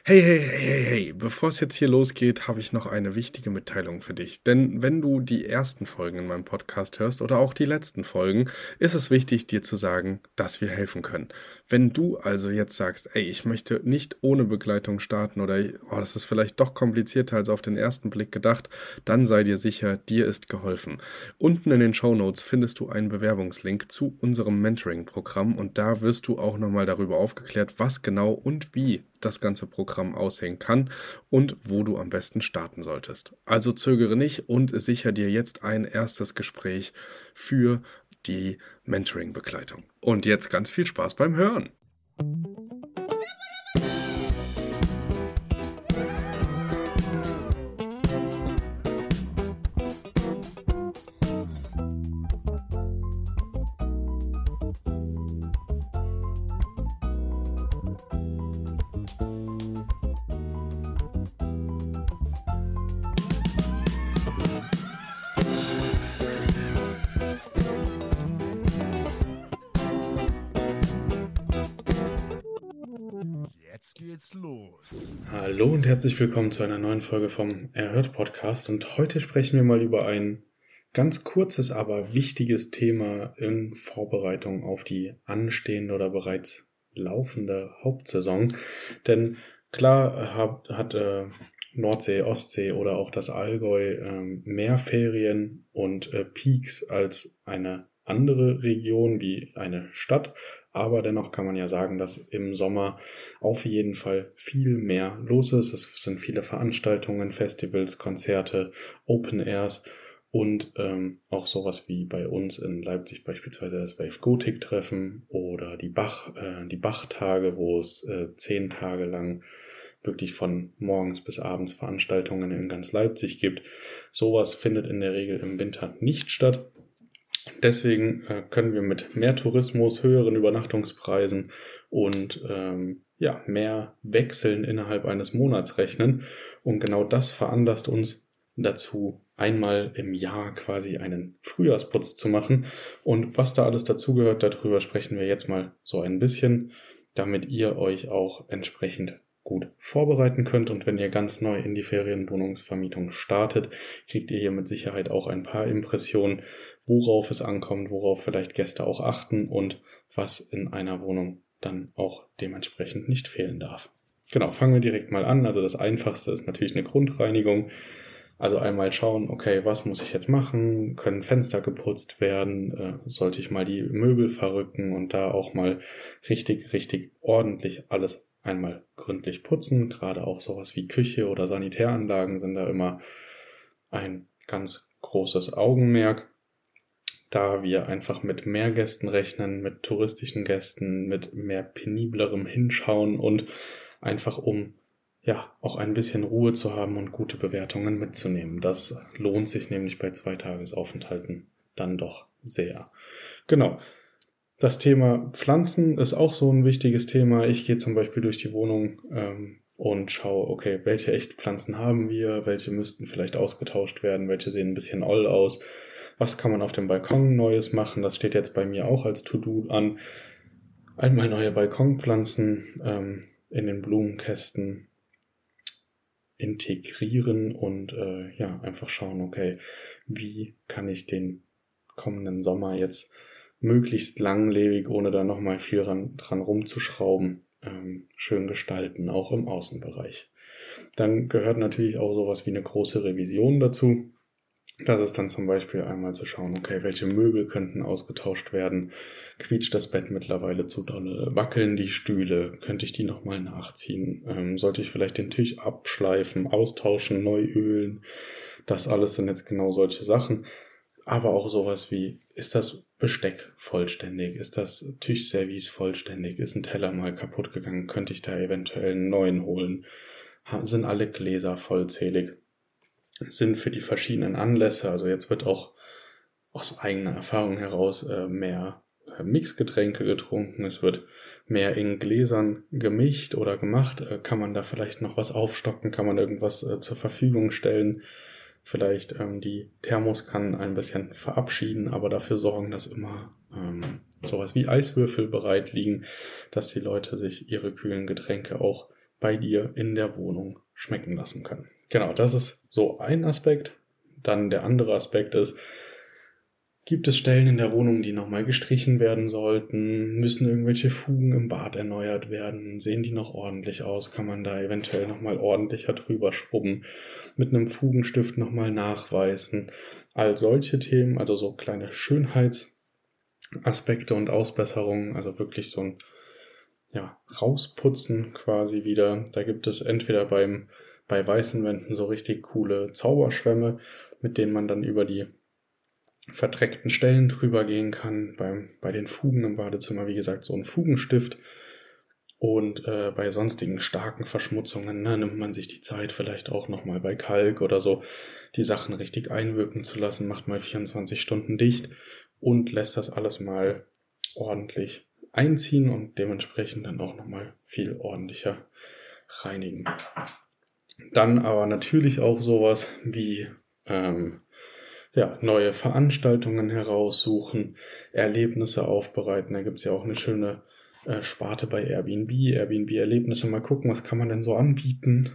Hey, hey, hey, hey, hey, bevor es jetzt hier losgeht, habe ich noch eine wichtige Mitteilung für dich. Denn wenn du die ersten Folgen in meinem Podcast hörst oder auch die letzten Folgen, ist es wichtig, dir zu sagen, dass wir helfen können. Wenn du also jetzt sagst, ey, ich möchte nicht ohne Begleitung starten oder das ist vielleicht doch komplizierter als auf den ersten Blick gedacht, dann sei dir sicher, dir ist geholfen. Unten in den Shownotes findest du einen Bewerbungslink zu unserem Mentoring-Programm und da wirst du auch nochmal darüber aufgeklärt, was genau und wie das ganze Programm aussehen kann und wo du am besten starten solltest. Also zögere nicht und sicher dir jetzt ein erstes Gespräch für die Mentoring-Begleitung. Und jetzt ganz viel Spaß beim Hören. Jetzt geht's los. Hallo und herzlich willkommen zu einer neuen Folge vom Erhört Podcast. Und heute sprechen wir mal über ein ganz kurzes, aber wichtiges Thema in Vorbereitung auf die anstehende oder bereits laufende Hauptsaison. Denn klar hat Nordsee, Ostsee oder auch das Allgäu mehr Ferien und Peaks als eine andere Region wie eine Stadt, aber dennoch kann man ja sagen, dass im Sommer auf jeden Fall viel mehr los ist. Es sind viele Veranstaltungen, Festivals, Konzerte, Open Airs und auch sowas wie bei uns in Leipzig beispielsweise das Wave Gothic Treffen oder die Bachtage, wo es 10 Tage lang wirklich von morgens bis abends Veranstaltungen in ganz Leipzig gibt. Sowas findet in der Regel im Winter nicht statt. Deswegen können wir mit mehr Tourismus, höheren Übernachtungspreisen und mehr Wechseln innerhalb eines Monats rechnen. Und genau das veranlasst uns dazu, einmal im Jahr quasi einen Frühjahrsputz zu machen. Und was da alles dazugehört, darüber sprechen wir jetzt mal so ein bisschen, damit ihr euch auch entsprechend gut vorbereiten könnt. Und wenn ihr ganz neu in die Ferienwohnungsvermietung startet, kriegt ihr hier mit Sicherheit auch ein paar Impressionen, worauf es ankommt, worauf vielleicht Gäste auch achten und was in einer Wohnung dann auch dementsprechend nicht fehlen darf. Genau, fangen wir direkt mal an. Also das Einfachste ist natürlich eine Grundreinigung. Also einmal schauen, okay, was muss ich jetzt machen? Können Fenster geputzt werden? Sollte ich mal die Möbel verrücken und da auch mal richtig ordentlich alles einmal gründlich putzen? Gerade auch sowas wie Küche oder Sanitäranlagen sind da immer ein ganz großes Augenmerk, da wir einfach mit mehr Gästen rechnen, mit touristischen Gästen, mit mehr peniblerem Hinschauen und einfach auch ein bisschen Ruhe zu haben und gute Bewertungen mitzunehmen. Das lohnt sich nämlich bei 2 Tagesaufenthalten dann doch sehr. Genau. Das Thema Pflanzen ist auch so ein wichtiges Thema. Ich gehe zum Beispiel durch die Wohnung und schaue, okay, welche Echtpflanzen haben wir, welche müssten vielleicht ausgetauscht werden, welche sehen ein bisschen oll aus, was kann man auf dem Balkon Neues machen, das steht jetzt bei mir auch als To-Do an. Einmal neue Balkonpflanzen in den Blumenkästen integrieren und einfach schauen, okay, wie kann ich den kommenden Sommer jetzt möglichst langlebig, ohne da nochmal viel dran rumzuschrauben, schön gestalten, auch im Außenbereich. Dann gehört natürlich auch sowas wie eine große Revision dazu. Das ist dann zum Beispiel einmal zu schauen, okay, welche Möbel könnten ausgetauscht werden? Quietscht das Bett mittlerweile zu dolle? Wackeln die Stühle? Könnte ich die nochmal nachziehen? Sollte ich vielleicht den Tisch abschleifen, austauschen, neu ölen? Das alles sind jetzt genau solche Sachen. Aber auch sowas wie, ist das Besteck vollständig? Ist das Tischservice vollständig? Ist ein Teller mal kaputt gegangen? Könnte ich da eventuell einen neuen holen? Sind alle Gläser vollzählig? Sind für die verschiedenen Anlässe, also jetzt wird auch aus eigener Erfahrung heraus mehr Mixgetränke getrunken, es wird mehr in Gläsern gemischt oder gemacht, kann man da vielleicht noch was aufstocken, kann man irgendwas zur Verfügung stellen, vielleicht die Thermoskannen ein bisschen verabschieden, aber dafür sorgen, dass immer sowas wie Eiswürfel bereit liegen, dass die Leute sich ihre kühlen Getränke auch bei dir in der Wohnung schmecken lassen können. Genau, das ist so ein Aspekt. Dann der andere Aspekt ist, gibt es Stellen in der Wohnung, die nochmal gestrichen werden sollten? Müssen irgendwelche Fugen im Bad erneuert werden? Sehen die noch ordentlich aus? Kann man da eventuell nochmal ordentlicher drüber schrubben? Mit einem Fugenstift nochmal nachweisen? All solche Themen, also so kleine Schönheitsaspekte und Ausbesserungen, also wirklich so ein Rausputzen quasi wieder. Da gibt es entweder bei weißen Wänden so richtig coole Zauberschwämme, mit denen man dann über die verdreckten Stellen drüber gehen kann. Bei den Fugen im Badezimmer, wie gesagt, so ein Fugenstift. Und bei sonstigen starken Verschmutzungen nimmt man sich die Zeit, vielleicht auch nochmal bei Kalk oder so, die Sachen richtig einwirken zu lassen, macht mal 24 Stunden dicht und lässt das alles mal ordentlich einziehen und dementsprechend dann auch nochmal viel ordentlicher reinigen. Dann aber natürlich auch sowas wie neue Veranstaltungen heraussuchen, Erlebnisse aufbereiten. Da gibt es ja auch eine schöne Sparte bei Airbnb-Erlebnisse. Mal gucken, was kann man denn so anbieten.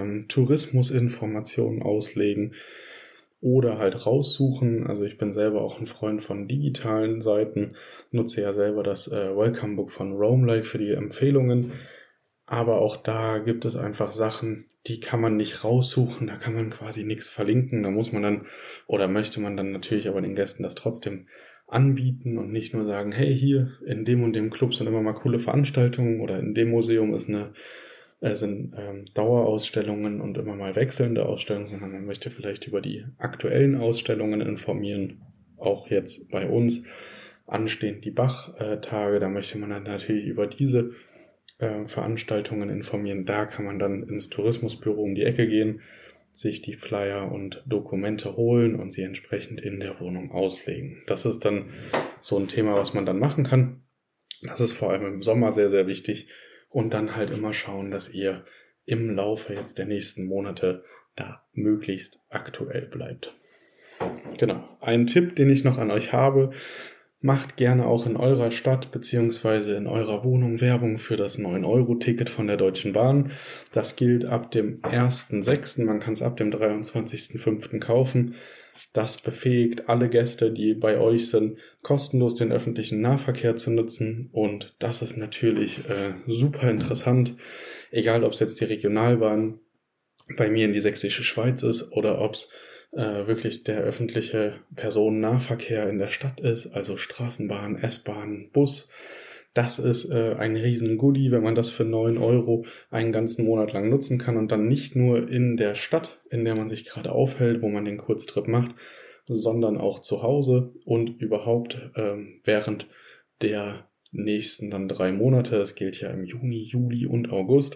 Tourismusinformationen auslegen oder halt raussuchen. Also ich bin selber auch ein Freund von digitalen Seiten, nutze ja selber das Welcome Book von Roamlike für die Empfehlungen. Aber auch da gibt es einfach Sachen, die kann man nicht raussuchen, da kann man quasi nichts verlinken. Da muss man dann oder möchte man dann natürlich aber den Gästen das trotzdem anbieten und nicht nur sagen, hey, hier in dem und dem Club sind immer mal coole Veranstaltungen oder in dem Museum sind Dauerausstellungen und immer mal wechselnde Ausstellungen, sondern man möchte vielleicht über die aktuellen Ausstellungen informieren. Auch jetzt bei uns anstehen die Bach-Tage, da möchte man dann natürlich über diese Veranstaltungen informieren. Da kann man dann ins Tourismusbüro um die Ecke gehen, sich die Flyer und Dokumente holen und sie entsprechend in der Wohnung auslegen. Das ist dann so ein Thema, was man dann machen kann. Das ist vor allem im Sommer sehr, sehr wichtig. Und dann halt immer schauen, dass ihr im Laufe jetzt der nächsten Monate da möglichst aktuell bleibt. Genau. Ein Tipp, den ich noch an euch habe: Macht gerne auch in eurer Stadt bzw. in eurer Wohnung Werbung für das 9-Euro-Ticket von der Deutschen Bahn. Das gilt ab dem 1.6. Man kann es ab dem 23.5. kaufen. Das befähigt alle Gäste, die bei euch sind, kostenlos den öffentlichen Nahverkehr zu nutzen. Und das ist natürlich super interessant. Egal, ob es jetzt die Regionalbahn bei mir in die Sächsische Schweiz ist oder ob es wirklich der öffentliche Personennahverkehr in der Stadt ist, also Straßenbahn, S-Bahn, Bus. Das ist ein riesen Goodie, wenn man das für 9 Euro einen ganzen Monat lang nutzen kann und dann nicht nur in der Stadt, in der man sich gerade aufhält, wo man den Kurztrip macht, sondern auch zu Hause und überhaupt während der nächsten dann 3 Monate. Das gilt ja im Juni, Juli und August.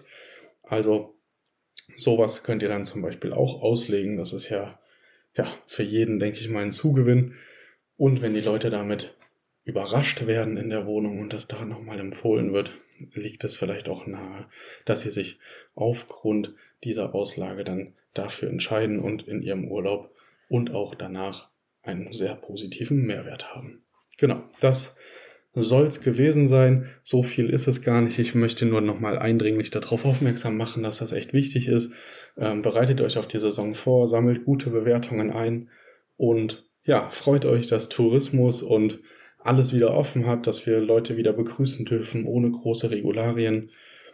Also sowas könnt ihr dann zum Beispiel auch auslegen. Das ist ja für jeden, denke ich mal, ein Zugewinn. Und wenn die Leute damit überrascht werden in der Wohnung und das da nochmal empfohlen wird, liegt es vielleicht auch nahe, dass sie sich aufgrund dieser Auslage dann dafür entscheiden und in ihrem Urlaub und auch danach einen sehr positiven Mehrwert haben. Genau, das soll es gewesen sein. So viel ist es gar nicht. Ich möchte nur nochmal eindringlich darauf aufmerksam machen, dass das echt wichtig ist. Bereitet euch auf die Saison vor, sammelt gute Bewertungen ein und freut euch, dass Tourismus und alles wieder offen hat, dass wir Leute wieder begrüßen dürfen, ohne große Regularien.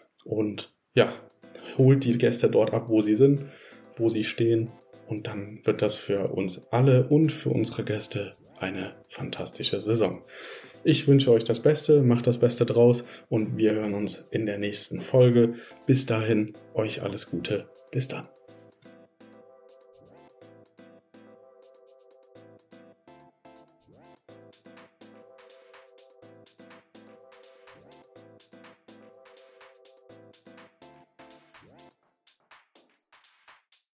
Und holt die Gäste dort ab, wo sie sind, wo sie stehen. Und dann wird das für uns alle und für unsere Gäste eine fantastische Saison. Ich wünsche euch das Beste, macht das Beste draus und wir hören uns in der nächsten Folge. Bis dahin, euch alles Gute. Bis dann.